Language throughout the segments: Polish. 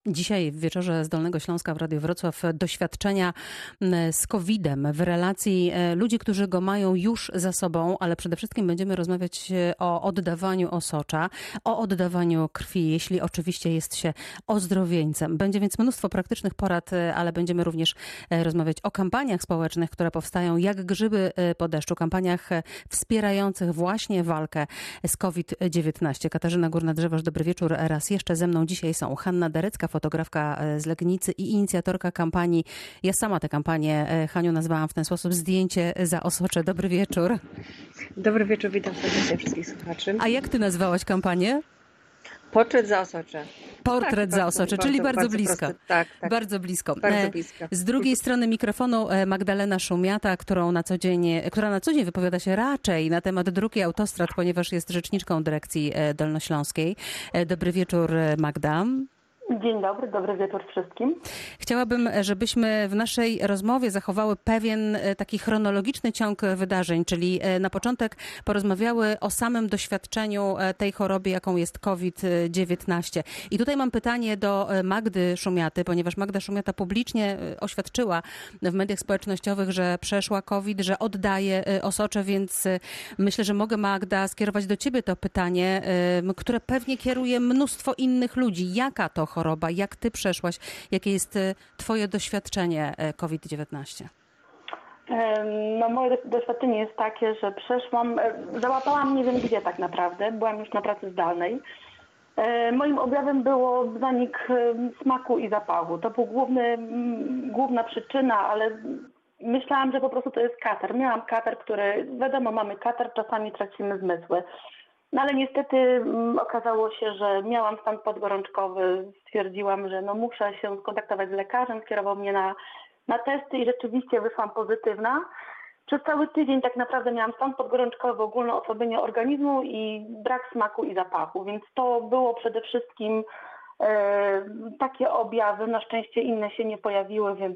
Dzisiaj w wieczorze z Dolnego Śląska w Radiu Wrocław doświadczenia z COVID-em w relacji ludzi, którzy go mają już za sobą, ale przede wszystkim będziemy rozmawiać o oddawaniu osocza, o oddawaniu krwi, jeśli oczywiście jest się ozdrowieńcem. Będzie więc mnóstwo praktycznych porad, ale będziemy również rozmawiać o kampaniach społecznych, które powstają jak grzyby po deszczu, kampaniach wspierających właśnie walkę z COVID-19. Katarzyna Górna-Drzewosz, dobry wieczór. Raz jeszcze ze mną dzisiaj są Hanna Derecka, fotografka z Legnicy i inicjatorka kampanii. Ja sama tę kampanię, Haniu, nazwałam w ten sposób Zdjęcie za osocze. Dobry wieczór. Dobry wieczór, witam serdecznie wszystkich słuchaczy. A jak ty nazwałaś kampanię? Portret za osocze. Portret tak, za osocze, czyli bardzo blisko. Tak. Bardzo blisko. Bardzo blisko. Z drugiej strony mikrofonu Magdalena Szumiata, która na co dzień wypowiada się raczej na temat dróg i autostrad, ponieważ jest rzeczniczką dyrekcji dolnośląskiej. Dobry wieczór, Magda. Dzień dobry, dobry wieczór wszystkim. Chciałabym, żebyśmy w naszej rozmowie zachowały pewien taki chronologiczny ciąg wydarzeń, czyli na początek porozmawiały o samym doświadczeniu tej choroby, jaką jest COVID-19. I tutaj mam pytanie do Magdy Szumiaty, ponieważ Magda Szumiata publicznie oświadczyła w mediach społecznościowych, że przeszła COVID, że oddaje osocze, więc myślę, że mogę, Magda, skierować do ciebie to pytanie, które pewnie kieruje mnóstwo innych ludzi. Jaka to choroba? Jak ty przeszłaś? Jakie jest twoje doświadczenie COVID-19? No, moje doświadczenie jest takie, że załapałam nie wiem gdzie tak naprawdę, byłam już na pracy zdalnej. Moim objawem było zanik smaku i zapachu. To był główna przyczyna, ale myślałam, że po prostu to jest katar. Miałam katar, wiadomo, mamy katar, czasami tracimy zmysły. No ale niestety okazało się, że miałam stan podgorączkowy. Stwierdziłam, że muszę się skontaktować z lekarzem, skierował mnie na testy i rzeczywiście wyszłam pozytywna. Przez cały tydzień tak naprawdę miałam stan podgorączkowy, ogólne osłabienie organizmu i brak smaku i zapachu, więc to było przede wszystkim takie objawy. Na szczęście inne się nie pojawiły, więc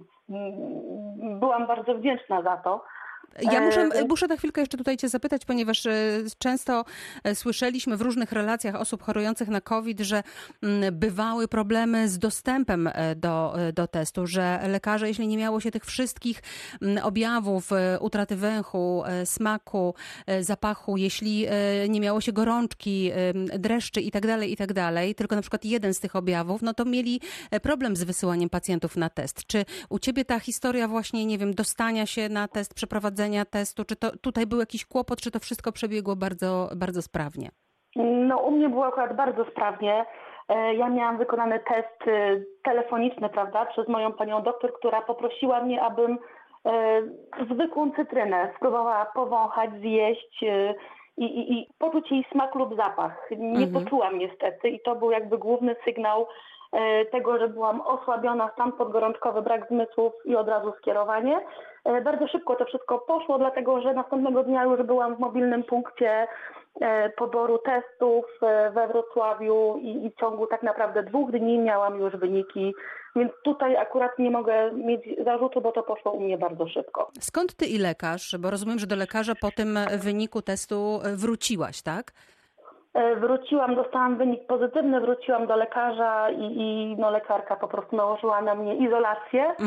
byłam bardzo wdzięczna za to. Ja muszę na chwilkę jeszcze tutaj cię zapytać, ponieważ często słyszeliśmy w różnych relacjach osób chorujących na COVID, że bywały problemy z dostępem do testu, że lekarze, jeśli nie miało się tych wszystkich objawów, utraty węchu, smaku, zapachu, jeśli nie miało się gorączki, dreszczy i tak dalej, tylko na przykład jeden z tych objawów, no to mieli problem z wysyłaniem pacjentów na test. Czy u ciebie ta historia właśnie, nie wiem, dostania się na test, przeprowadzenia testu, czy to tutaj był jakiś kłopot, czy to wszystko przebiegło bardzo, bardzo sprawnie? No u mnie było akurat bardzo sprawnie. Ja miałam wykonany test telefoniczny, prawda, przez moją panią doktor, która poprosiła mnie, abym zwykłą cytrynę spróbowała powąchać, zjeść i poczuć jej smak lub zapach. Nie poczułam niestety i to był jakby główny sygnał tego, że byłam osłabiona, stan podgorączkowy, brak zmysłów i od razu skierowanie. Bardzo szybko to wszystko poszło, dlatego że następnego dnia już byłam w mobilnym punkcie poboru testów we Wrocławiu i w ciągu tak naprawdę 2 dni miałam już wyniki, więc tutaj akurat nie mogę mieć zarzutu, bo to poszło u mnie bardzo szybko. Skąd ty i lekarz? Bo rozumiem, że do lekarza po tym wyniku testu wróciłaś, tak? Wróciłam, dostałam wynik pozytywny, wróciłam do lekarza i lekarka po prostu nałożyła na mnie izolację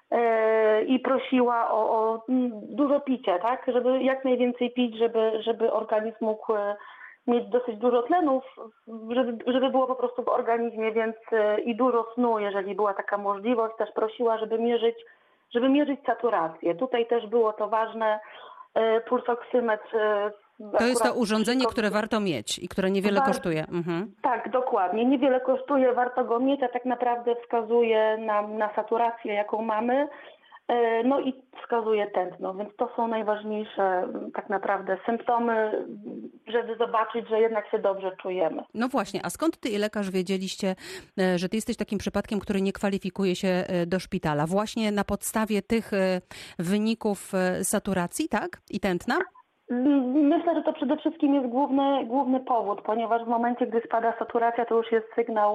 i prosiła o dużo picia, tak? Żeby jak najwięcej pić, żeby organizm mógł mieć dosyć dużo tlenów, żeby było po prostu w organizmie, więc i dużo snu, jeżeli była taka możliwość. Też prosiła, żeby mierzyć saturację. Tutaj też było to ważne, pulsoksymetr. To jest to urządzenie, które warto mieć i które niewiele kosztuje. Tak, dokładnie. Niewiele kosztuje, warto go mieć, a tak naprawdę wskazuje nam na saturację, jaką mamy, no i wskazuje tętno, więc to są najważniejsze tak naprawdę symptomy, żeby zobaczyć, że jednak się dobrze czujemy. No właśnie, a skąd ty i lekarz wiedzieliście, że ty jesteś takim przypadkiem, który nie kwalifikuje się do szpitala? Właśnie na podstawie tych wyników saturacji, tak? I tętna? Myślę, że to przede wszystkim jest główny powód, ponieważ w momencie, gdy spada saturacja, to już jest sygnał,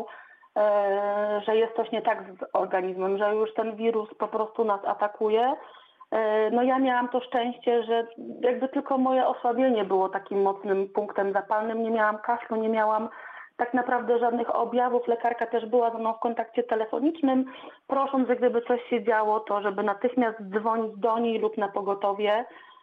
że jest coś nie tak z organizmem, że już ten wirus po prostu nas atakuje. No ja miałam to szczęście, że jakby tylko moje osłabienie było takim mocnym punktem zapalnym. Nie miałam kaszlu, nie miałam tak naprawdę żadnych objawów. Lekarka też była ze mną w kontakcie telefonicznym, prosząc, że gdyby coś się działo, to żeby natychmiast dzwonić do niej lub na pogotowie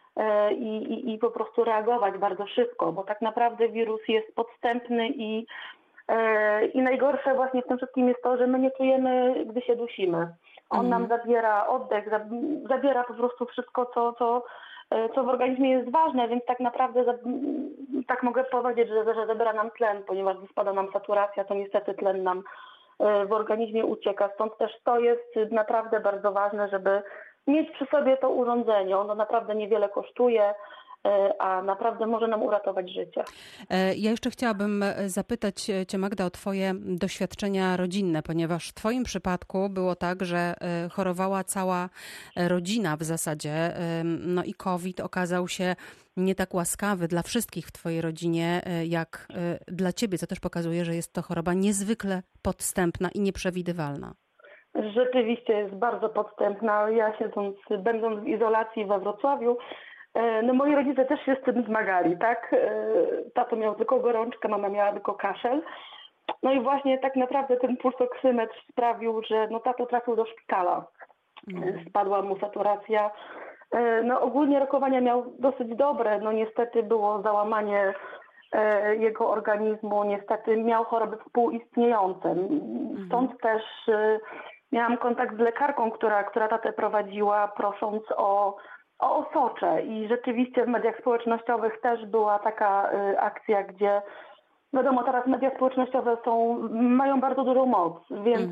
i po prostu reagować bardzo szybko, bo tak naprawdę wirus jest podstępny i najgorsze właśnie w tym wszystkim jest to, że my nie czujemy, gdy się dusimy. On nam zabiera oddech, zabiera po prostu wszystko, co w organizmie jest ważne, więc tak naprawdę tak mogę powiedzieć, że zabiera nam tlen, ponieważ gdy spada nam saturacja, to niestety tlen nam w organizmie ucieka. Stąd też to jest naprawdę bardzo ważne, żeby mieć przy sobie to urządzenie. Ono naprawdę niewiele kosztuje, a naprawdę może nam uratować życie. Ja jeszcze chciałabym zapytać Cię, Magda, o Twoje doświadczenia rodzinne, ponieważ w Twoim przypadku było tak, że chorowała cała rodzina w zasadzie, no i COVID okazał się nie tak łaskawy dla wszystkich w Twojej rodzinie, jak dla Ciebie, co też pokazuje, że jest to choroba niezwykle podstępna i nieprzewidywalna. Rzeczywiście jest bardzo podstępna. Ja będąc w izolacji we Wrocławiu, no moi rodzice też się z tym zmagali, tak? Tato miał tylko gorączkę, mama miała tylko kaszel. No i właśnie tak naprawdę ten pulsoksymetr sprawił, że no tato trafił do szpitala. Spadła mu saturacja. No ogólnie rokowania miał dosyć dobre. No niestety było załamanie jego organizmu. Niestety miał choroby współistniejące. Stąd też miałam kontakt z lekarką, która tatę prowadziła, prosząc o osocze i rzeczywiście w mediach społecznościowych też była taka akcja, gdzie wiadomo, teraz media społecznościowe mają bardzo dużą moc, więc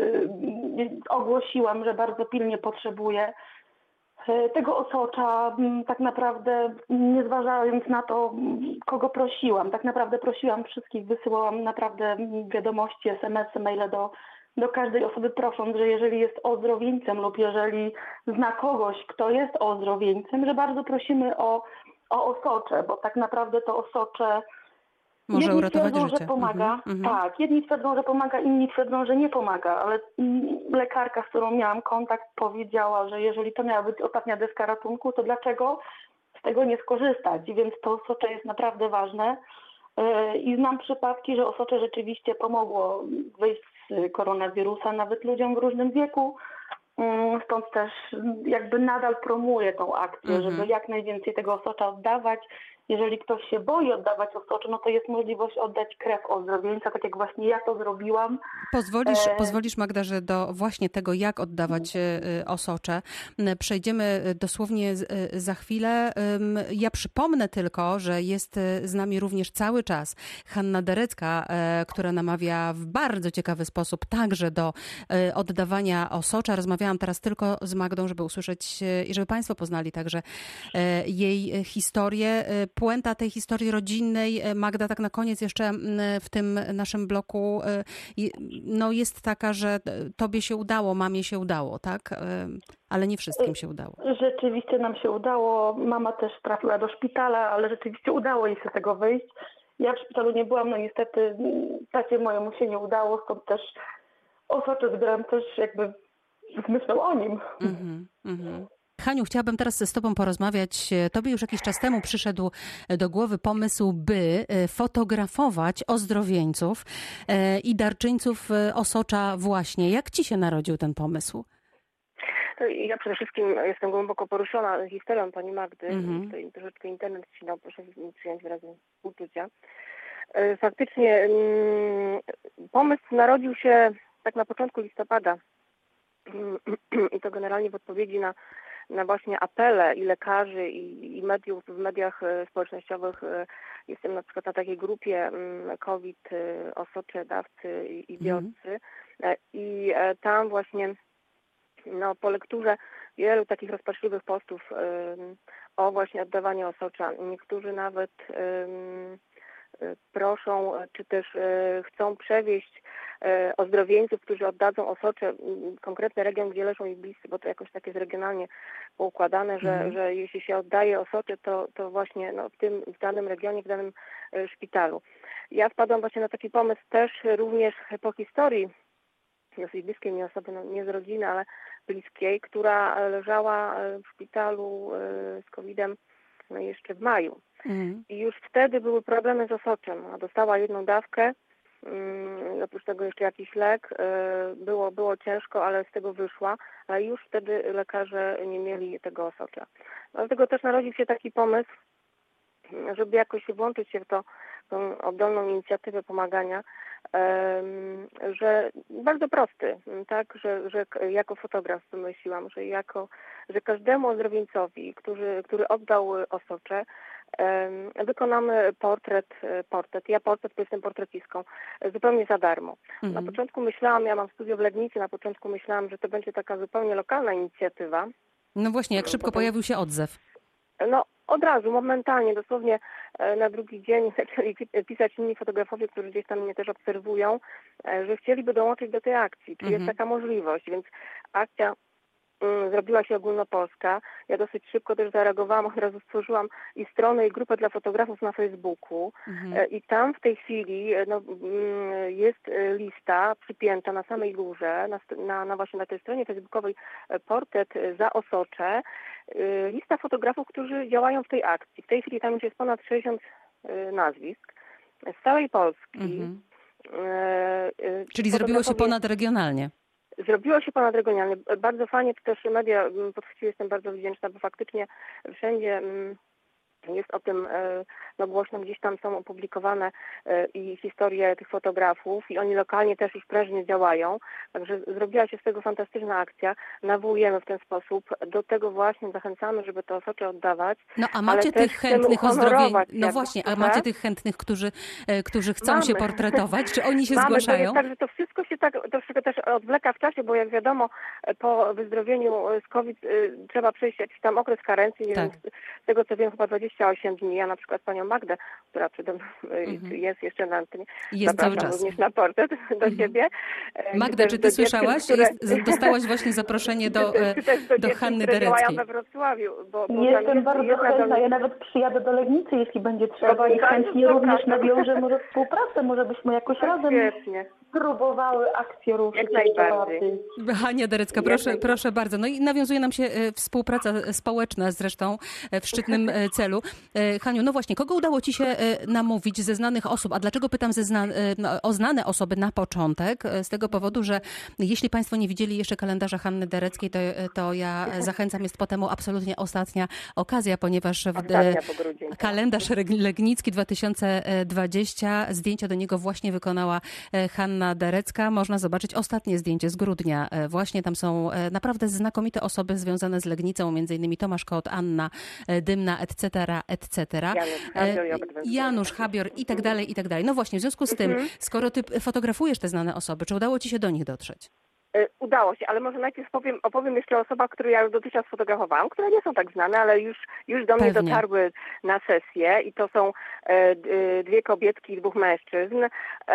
ogłosiłam, że bardzo pilnie potrzebuję tego osocza, tak naprawdę nie zważając na to, kogo prosiłam. Tak naprawdę prosiłam wszystkich, wysyłałam naprawdę wiadomości, SMS-y, maile do każdej osoby, prosząc, że jeżeli jest ozdrowieńcem lub jeżeli zna kogoś, kto jest ozdrowieńcem, że bardzo prosimy o osocze, bo tak naprawdę to osocze może uratować twierdzą, życie. że pomaga. Tak, jedni twierdzą, że pomaga, inni twierdzą, że nie pomaga, ale lekarka, z którą miałam kontakt, powiedziała, że jeżeli to miała być ostatnia deska ratunku, to dlaczego z tego nie skorzystać? Więc to osocze jest naprawdę ważne. I znam przypadki, że osocze rzeczywiście pomogło wyjść z koronawirusa nawet ludziom w różnym wieku. Stąd też jakby nadal promuję tą akcję, żeby jak najwięcej tego osocza oddawać. Jeżeli ktoś się boi oddawać osocze, no to jest możliwość oddać krew ozdrowieńca, tak jak właśnie ja to zrobiłam. Pozwolisz, Magda, że do właśnie tego, jak oddawać osocze, przejdziemy dosłownie za chwilę. Ja przypomnę tylko, że jest z nami również cały czas Hanna Derecka, która namawia w bardzo ciekawy sposób także do oddawania osocza. Rozmawiałam teraz tylko z Magdą, żeby usłyszeć i żeby Państwo poznali także jej historię. Puenta tej historii rodzinnej, Magda, tak na koniec jeszcze w tym naszym bloku, no jest taka, że tobie się udało, mamie się udało, tak? Ale nie wszystkim się udało. Rzeczywiście nam się udało. Mama też trafiła do szpitala, ale rzeczywiście udało jej się z tego wyjść. Ja w szpitalu nie byłam, no niestety tacie mojemu się nie udało, stąd też osocze zbieram też jakby z myślą o nim. Haniu, chciałabym teraz z Tobą porozmawiać. Tobie już jakiś czas temu przyszedł do głowy pomysł, by fotografować ozdrowieńców i darczyńców osocza właśnie. Jak Ci się narodził ten pomysł? Ja przede wszystkim jestem głęboko poruszona historią pani Magdy. Tutaj troszeczkę internet ścinał, proszę mi przyjąć wyrazy uczucia. Faktycznie pomysł narodził się tak na początku listopada i to generalnie w odpowiedzi na właśnie apele i lekarzy i mediów w mediach społecznościowych. Jestem na przykład na takiej grupie COVID, osocze, dawcy i biorcy. I tam właśnie po lekturze wielu takich rozpaczliwych postów o właśnie oddawaniu osocza. Niektórzy nawet proszą, czy też chcą przewieźć ozdrowieńców, którzy oddadzą osocze, konkretny region, gdzie leżą ich bliscy, bo to jakoś tak jest regionalnie poukładane, że jeśli się oddaje osocze, to właśnie w danym regionie, w danym szpitalu. Ja wpadłam właśnie na taki pomysł też również po historii dosyć bliskiej mi osoby, nie z rodziny, ale bliskiej, która leżała w szpitalu z COVID-em jeszcze w maju. I już wtedy były problemy z osoczem. Dostała jedną dawkę oprócz tego jeszcze jakiś lek. Było ciężko, ale z tego wyszła, a już wtedy lekarze nie mieli tego osocza. Dlatego też narodził się taki pomysł, żeby jakoś włączyć się w tą oddolną inicjatywę pomagania, że bardzo prosty, tak, że jako fotograf wymyśliłam, że każdemu ozdrowieńcowi, który oddał osocze, wykonamy portret. Ja portret, bo jestem portretistką, zupełnie za darmo. Na początku myślałam, ja mam studio w Legnicy, na początku myślałam, że to będzie taka zupełnie lokalna inicjatywa. No właśnie, jak szybko pojawił się odzew? No od razu, momentalnie, dosłownie na drugi dzień zaczęli pisać inni fotografowie, którzy gdzieś tam mnie też obserwują, że chcieliby dołączyć do tej akcji. Czy jest taka możliwość, więc akcja zrobiła się ogólnopolska. Ja dosyć szybko też zareagowałam, od razu stworzyłam i stronę, i grupę dla fotografów na Facebooku. I tam w tej chwili jest lista przypięta na samej górze, właśnie na tej stronie facebookowej portret za osocze. Lista fotografów, którzy działają w tej akcji. W tej chwili tam już jest ponad 60 nazwisk z całej Polski. Czyli zrobiło się ponadregionalnie. Zrobiło się ponadregionalnie. Bardzo fajnie, to też media podchwyciły, jestem bardzo wdzięczna, bo faktycznie wszędzie jest o tym głośno, gdzieś tam są opublikowane i historie tych fotografów i oni lokalnie też już prężnie działają. Także zrobiła się z tego fantastyczna akcja. Nawołujemy w ten sposób. Do tego właśnie zachęcamy, żeby to osocze oddawać. No a macie tych chętnych a macie tych chętnych, którzy chcą się portretować? Czy oni się zgłaszają? To jest tak, że to wszystko się tak troszkę też odwleka w czasie, bo jak wiadomo, po wyzdrowieniu z COVID trzeba przejść jakiś tam okres karencji. Nie wiem, z tego co wiem, chyba 28 dni. Ja na przykład panią Magdę, która przede mną jest jeszcze na antenie, jest cały czas. Również na portret do siebie. Magda, czy ty słyszałaś? Dostałaś właśnie zaproszenie do Hanny Dereckiej. Działają we Wrocławiu. Jestem bardzo chętna. Ja nawet przyjadę do Legnicy, jeśli będzie trzeba i chętnie również nawiążę może współpracę. Może byśmy jakoś razem próbowały akcję ruszyć. Jak najbardziej. Hania Derecka, proszę bardzo. No i nawiązuje nam się współpraca społeczna zresztą w szczytnym celu. Haniu, no właśnie, kogo udało ci się namówić ze znanych osób? A dlaczego pytam o znane osoby na początek? Z tego powodu, że jeśli państwo nie widzieli jeszcze kalendarza Hanny Dereckiej, to ja zachęcam, jest po temu absolutnie ostatnia okazja, ponieważ kalendarz Legnicki 2020, zdjęcia do niego właśnie wykonała Hanna Derecka. Można zobaczyć ostatnie zdjęcie z grudnia. Właśnie tam są naprawdę znakomite osoby związane z Legnicą, między innymi Tomasz Kot, Anna Dymna, etc. Janusz Habior i tak dalej, i tak dalej. No właśnie, w związku z tym, skoro ty fotografujesz te znane osoby, czy udało ci się do nich dotrzeć? Udało się, ale może najpierw opowiem jeszcze o osobach, które ja już dotychczas fotografowałam, które nie są tak znane, ale już do mnie dotarły na sesję i to są dwie kobietki i dwóch mężczyzn.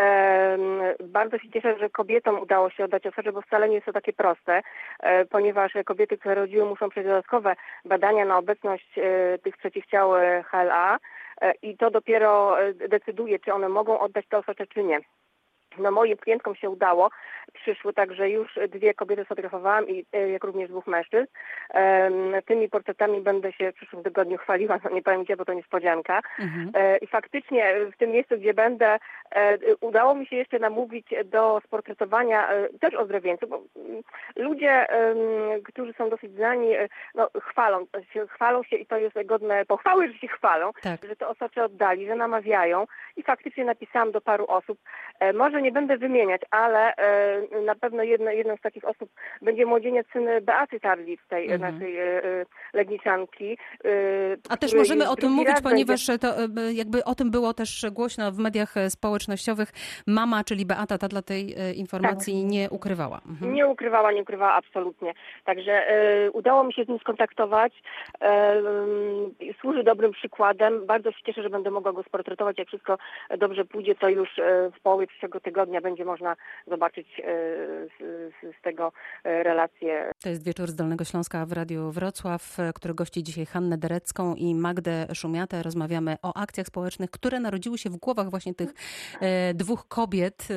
Bardzo się cieszę, że kobietom udało się oddać osocze, bo wcale nie jest to takie proste, ponieważ kobiety, które rodziły, muszą przejść dodatkowe badania na obecność tych przeciwciał HLA i to dopiero decyduje, czy one mogą oddać te osocze, czy nie. No moim klientkom się udało, przyszły także już dwie kobiety sfotografowałam, jak również dwóch mężczyzn. Tymi portretami będę się w przyszłym tygodniu chwaliła, no nie powiem gdzie, bo to niespodzianka. I faktycznie w tym miejscu, gdzie będę, udało mi się jeszcze namówić do sportretowania też ozdrowieńców, bo ludzie, którzy są dosyć znani, chwalą się i to jest godne pochwały, że się chwalą, że to osocze oddali, że namawiają i faktycznie napisałam do paru osób. Może nie będę wymieniać, ale na pewno jedną z takich osób będzie młodzieniec syn Beaty Tarlic, tej naszej Legniczanki. A też możemy o tym mówić, ponieważ to jakby o tym było też głośno w mediach społecznościowych. Mama, czyli Beata, ta dla tej informacji nie ukrywała. Nie ukrywała absolutnie. Także udało mi się z nim skontaktować. Służy dobrym przykładem. Bardzo się cieszę, że będę mogła go sportretować. Jak wszystko dobrze pójdzie, to już w połowie przyszłego tygodnia będzie można zobaczyć z tego relacje. To jest Wieczór z Dolnego Śląska w Radiu Wrocław, który gości dzisiaj Hannę Derecką i Magdę Szumiatę. Rozmawiamy o akcjach społecznych, które narodziły się w głowach właśnie tych dwóch kobiet.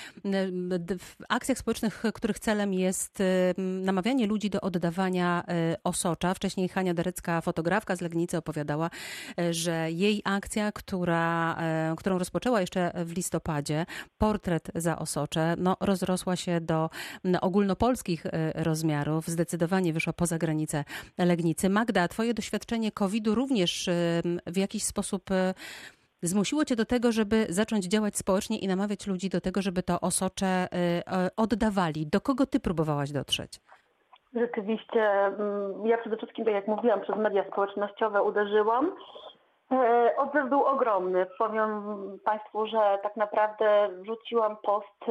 W akcjach społecznych, których celem jest namawianie ludzi do oddawania osocza. Wcześniej Hania Derecka, fotografka z Legnicy, opowiadała, że jej akcja, którą rozpoczęła jeszcze w listopadzie, portret za osocze, rozrosła się do ogólnopolskich rozmiarów. Zdecydowanie wyszła poza granice Legnicy. Magda, twoje doświadczenie COVID-u również w jakiś sposób zmusiło cię do tego, żeby zacząć działać społecznie i namawiać ludzi do tego, żeby to osocze oddawali. Do kogo ty próbowałaś dotrzeć? Rzeczywiście, ja przede wszystkim, tak jak mówiłam, przez media społecznościowe uderzyłam. Odzew był ogromny. Powiem Państwu, że tak naprawdę wrzuciłam post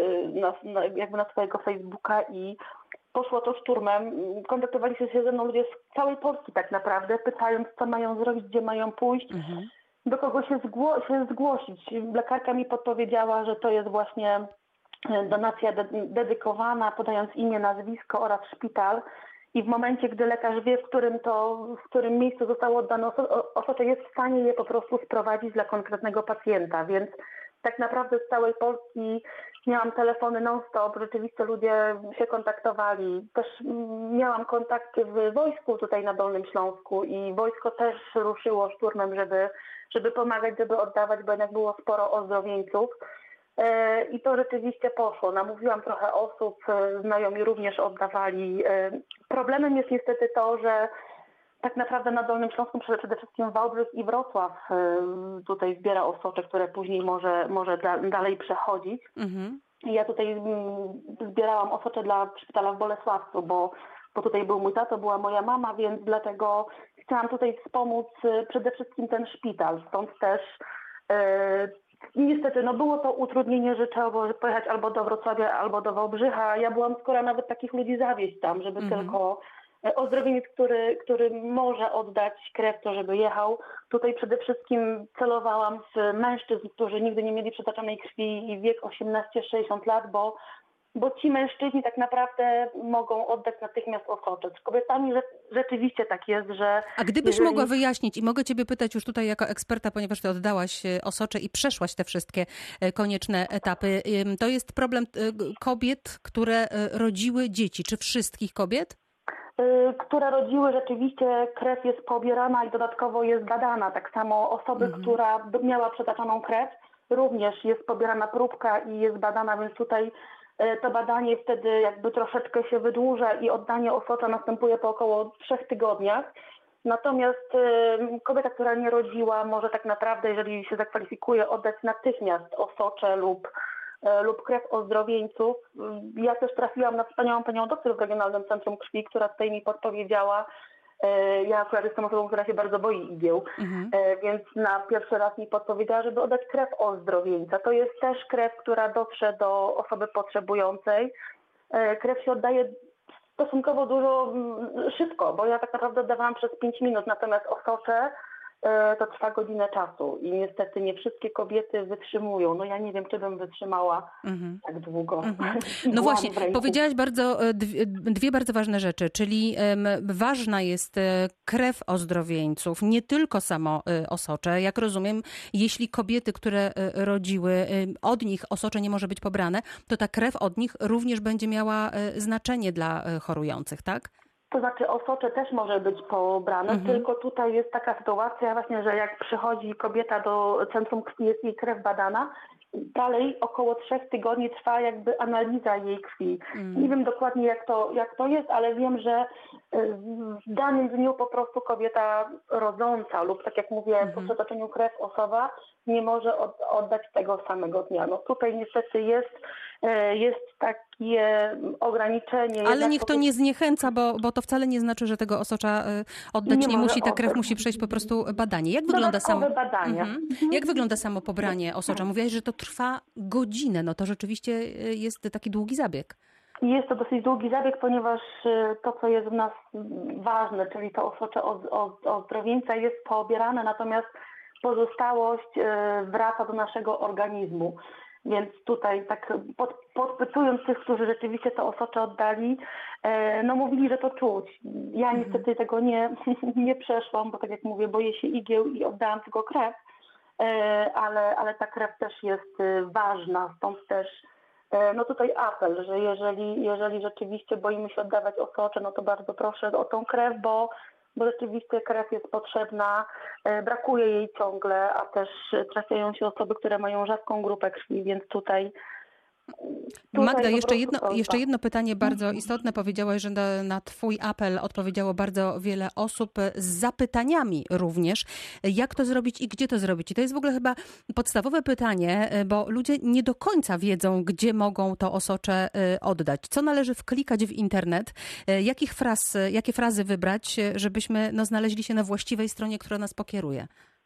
na swojego Facebooka i poszło to szturmem. Kontaktowali się ze mną ludzie z całej Polski tak naprawdę, pytając, co mają zrobić, gdzie mają pójść, do kogo się zgłosić. Lekarka mi podpowiedziała, że to jest właśnie donacja dedykowana, podając imię, nazwisko oraz szpital. I w momencie, gdy lekarz wie, w którym miejscu zostało oddane osocze, jest w stanie je po prostu sprowadzić dla konkretnego pacjenta. Więc tak naprawdę z całej Polski miałam telefony non-stop, rzeczywiście ludzie się kontaktowali. Też miałam kontakty w wojsku tutaj na Dolnym Śląsku i wojsko też ruszyło szturmem, żeby pomagać, żeby oddawać, bo jednak było sporo ozdrowieńców. I to rzeczywiście poszło. Namówiłam trochę osób, znajomi również oddawali. Problemem jest niestety to, że tak naprawdę na Dolnym Śląsku przede wszystkim Wałbrzych i Wrocław tutaj zbiera osocze, które później może dalej przechodzić. Ja tutaj zbierałam osocze dla szpitala w Bolesławcu, bo tutaj był mój tato, była moja mama, więc dlatego chciałam tutaj wspomóc przede wszystkim ten szpital. Stąd też niestety, było to utrudnienie, że trzeba było pojechać albo do Wrocławia, albo do Wałbrzycha. Ja byłam skora nawet takich ludzi zawieźć tam, żeby tylko ozdrowieniec, który może oddać krew, to żeby jechał. Tutaj przede wszystkim celowałam w mężczyzn, którzy nigdy nie mieli przetaczonej krwi i wiek 18-60 lat, bo ci mężczyźni tak naprawdę mogą oddać natychmiast osocze. Z kobietami rzeczywiście tak jest, że... A gdybyś mogła wyjaśnić, i mogę ciebie pytać już tutaj jako eksperta, ponieważ ty oddałaś osocze i przeszłaś te wszystkie konieczne etapy, to jest problem kobiet, które rodziły dzieci, czy wszystkich kobiet? Które rodziły, rzeczywiście krew jest pobierana i dodatkowo jest badana. Tak samo osoby, która miała przetaczoną krew, również jest pobierana próbka i jest badana, więc tutaj to badanie wtedy jakby troszeczkę się wydłuża i oddanie osocza następuje po około 3 tygodniach. Natomiast kobieta, która nie rodziła, może tak naprawdę, jeżeli się zakwalifikuje, oddać natychmiast osocze lub krew ozdrowieńców. Ja też trafiłam na wspaniałą panią doktor w Regionalnym Centrum Krwi, która tutaj mi podpowiedziała. Ja akurat jestem osobą, która się bardzo boi igieł, więc na pierwszy raz mi podpowiedziała, żeby oddać krew ozdrowieńca. To jest też krew, która dotrze do osoby potrzebującej. Krew się oddaje stosunkowo dużo szybko, bo ja tak naprawdę oddawałam przez 5 minut, natomiast osocze to trwa godzinę czasu i niestety nie wszystkie kobiety wytrzymują. Ja nie wiem, czy bym wytrzymała tak długo. No właśnie, powiedziałaś dwie bardzo ważne rzeczy, czyli ważna jest krew ozdrowieńców, nie tylko samo osocze. Jak rozumiem, jeśli kobiety, które rodziły, od nich osocze nie może być pobrane, to ta krew od nich również będzie miała znaczenie dla chorujących, tak? To znaczy osocze też może być pobrane, tylko tutaj jest taka sytuacja właśnie, że jak przychodzi kobieta do centrum krwi, jest jej krew badana, dalej około 3 tygodni trwa jakby analiza jej krwi. Nie wiem dokładnie jak to jest, ale wiem, że w danym dniu po prostu kobieta rodząca lub tak jak mówię, po przetoczeniu krew osoba nie może oddać tego samego dnia. Tutaj niestety jest takie ograniczenie. Ale niech to nie zniechęca, bo to wcale nie znaczy, że tego osocza oddać nie musi. Ta krew musi przejść po prostu badanie. Jak wygląda badania. Jak wygląda samo pobranie osocza? Mówiłaś, że to trwa godzinę. To rzeczywiście jest taki długi zabieg. Jest to dosyć długi zabieg, ponieważ to, co jest w nas ważne, czyli to osocze ozdrowieńca jest poobierane, natomiast pozostałość wraca do naszego organizmu. Więc tutaj tak podpytując tych, którzy rzeczywiście to osocze oddali, no mówili, że to czuć. Ja niestety tego nie przeszłam, bo tak jak mówię, boję się igieł i oddałam tylko krew, ale ta krew też jest ważna, stąd też no tutaj apel, że jeżeli rzeczywiście boimy się oddawać osocze, no to bardzo proszę o tą krew, bo rzeczywiście krew jest potrzebna, brakuje jej ciągle, a też trafiają się osoby, które mają rzadką grupę krwi, więc tutaj Magda, jeszcze jedno pytanie bardzo istotne. Powiedziałaś, że na twój apel odpowiedziało bardzo wiele osób z zapytaniami również. Jak to zrobić i gdzie to zrobić? I to jest w ogóle chyba podstawowe pytanie, bo ludzie nie do końca wiedzą, gdzie mogą to osocze oddać. Co należy wklikać w internet? Jakie frazy wybrać, żebyśmy znaleźli się na właściwej stronie, która nas pokieruje?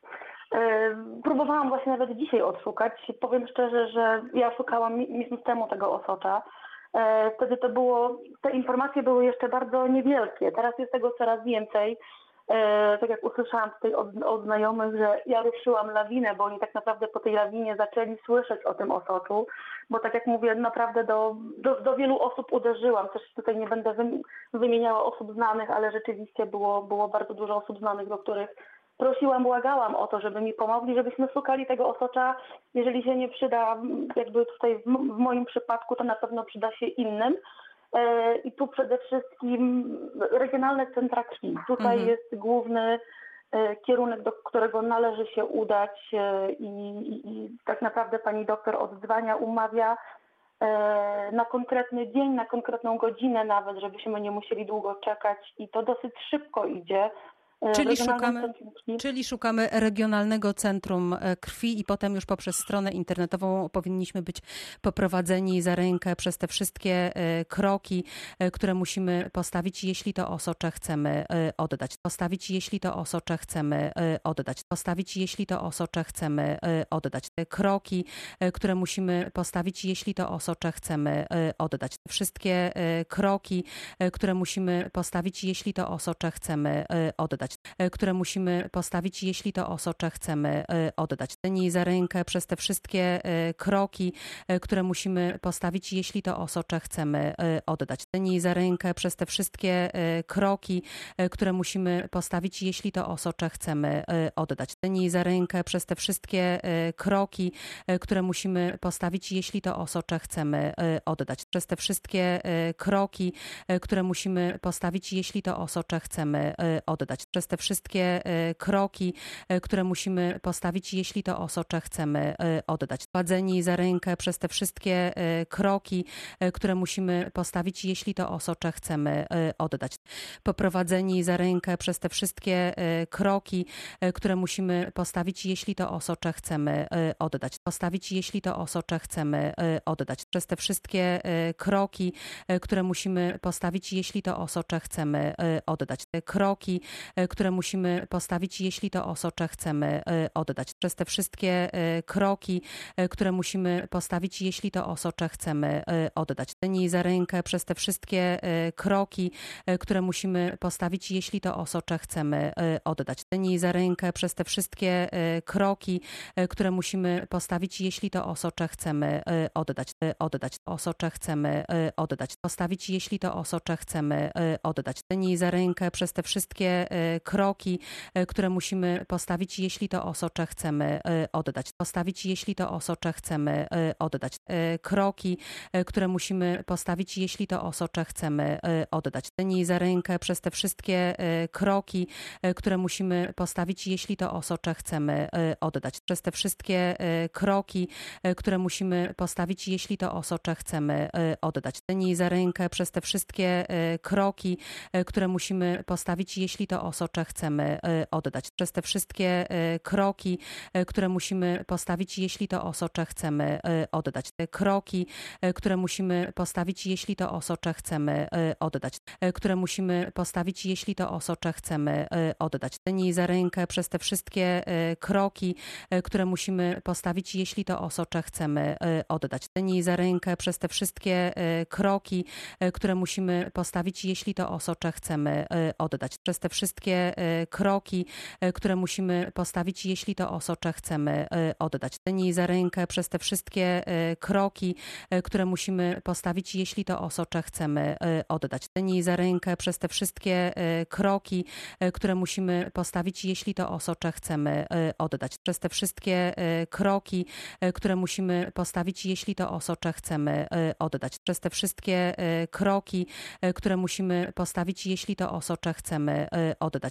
Próbowałam właśnie nawet dzisiaj odszukać. Powiem szczerze, że ja szukałam miesiąc temu tego osocza. Wtedy te informacje były jeszcze bardzo niewielkie. Teraz jest tego coraz więcej. Tak jak usłyszałam tutaj od znajomych, że ja ruszyłam lawinę, bo oni tak naprawdę po tej lawinie zaczęli słyszeć o tym osoczu. Bo tak jak mówię, naprawdę do wielu osób uderzyłam. Też tutaj nie będę wymieniała osób znanych, ale rzeczywiście było bardzo dużo osób znanych, do których prosiłam, błagałam o to, żeby mi pomogli, żebyśmy szukali tego osocza. Jeżeli się nie przyda, jakby tutaj w moim przypadku, to na pewno przyda się innym. I tu przede wszystkim regionalne centra krwi. Tutaj jest główny kierunek, do którego należy się udać i tak naprawdę pani doktor odzwania, umawia na konkretny dzień, na konkretną godzinę nawet, żebyśmy nie musieli długo czekać i to dosyć szybko idzie. Czyli szukamy regionalnego centrum krwi i potem już poprzez stronę internetową powinniśmy być poprowadzeni za rękę przez te wszystkie kroki, które musimy postawić, jeśli to osocze chcemy oddać. Postawić, jeśli to osocze chcemy oddać. Postawić, jeśli to osocze chcemy oddać. Te kroki, które musimy postawić, jeśli to osocze chcemy oddać. Te wszystkie kroki, które musimy postawić, jeśli to osocze chcemy oddać. Które musimy postawić, jeśli to osocze chcemy oddać. Za rękę przez te wszystkie kroki, które musimy postawić, jeśli to osocze chcemy oddać. Za rękę przez te wszystkie kroki, które musimy postawić, jeśli to osocze chcemy oddać. Za rękę przez te wszystkie kroki, które musimy postawić, jeśli to osocze chcemy oddać. Przez te wszystkie kroki, które musimy postawić, jeśli to osocze chcemy oddać. Przez te wszystkie kroki, które musimy postawić, jeśli to osocze chcemy oddać. Prowadzeni za rękę przez te wszystkie kroki, które musimy postawić, jeśli to osocze chcemy oddać. Poprowadzeni za rękę przez te wszystkie kroki, które musimy postawić, jeśli to osocze chcemy oddać. Postawić, jeśli to osocze chcemy oddać. Przez te wszystkie kroki, które musimy postawić, jeśli to osocze chcemy oddać. Te kroki, które musimy postawić, jeśli to osocze chcemy oddać. Przez te wszystkie kroki, które musimy postawić, jeśli to osocze chcemy oddać. Za rękę przez te wszystkie kroki, które musimy postawić, jeśli to osocze chcemy oddać. Za rękę przez te wszystkie kroki, które musimy postawić, jeśli to osocze chcemy oddać. Osocze chcemy oddać. Postawić, jeśli to osocze chcemy oddać. Za rękę przez te wszystkie kroki, które musimy postawić, jeśli to osocze chcemy oddać. Postawić, jeśli to osocze chcemy oddać. Kroki, które musimy postawić, jeśli to osocze chcemy oddać. Za rękę przez te wszystkie kroki, które musimy postawić, jeśli to osocze chcemy oddać. Przez te wszystkie kroki, które musimy postawić, jeśli to osocze chcemy oddać. Za rękę przez te wszystkie kroki, które musimy postawić, jeśli to osocze chcemy oddać. Przez te wszystkie kroki, które musimy postawić, jeśli to osocze chcemy oddać. Te kroki, które musimy postawić, jeśli to osocze chcemy oddać. Które musimy postawić, jeśli to osocze chcemy oddać. Za rękę przez te wszystkie kroki, które musimy postawić, jeśli to osocze chcemy oddać. Za rękę przez te wszystkie kroki, które musimy postawić, jeśli to osocze chcemy oddać. Przez te wszystkie wszystkie kroki, które musimy postawić, jeśli to osocze chcemy oddać. Cenij za rękę przez te wszystkie kroki, które musimy postawić, jeśli to osocze chcemy oddać. Cenij za rękę przez te wszystkie kroki, które musimy postawić, jeśli to osocze chcemy oddać. Przez te wszystkie kroki, które musimy postawić, jeśli to osocze chcemy oddać. Przez te wszystkie kroki, które musimy postawić, jeśli to osocze chcemy oddać.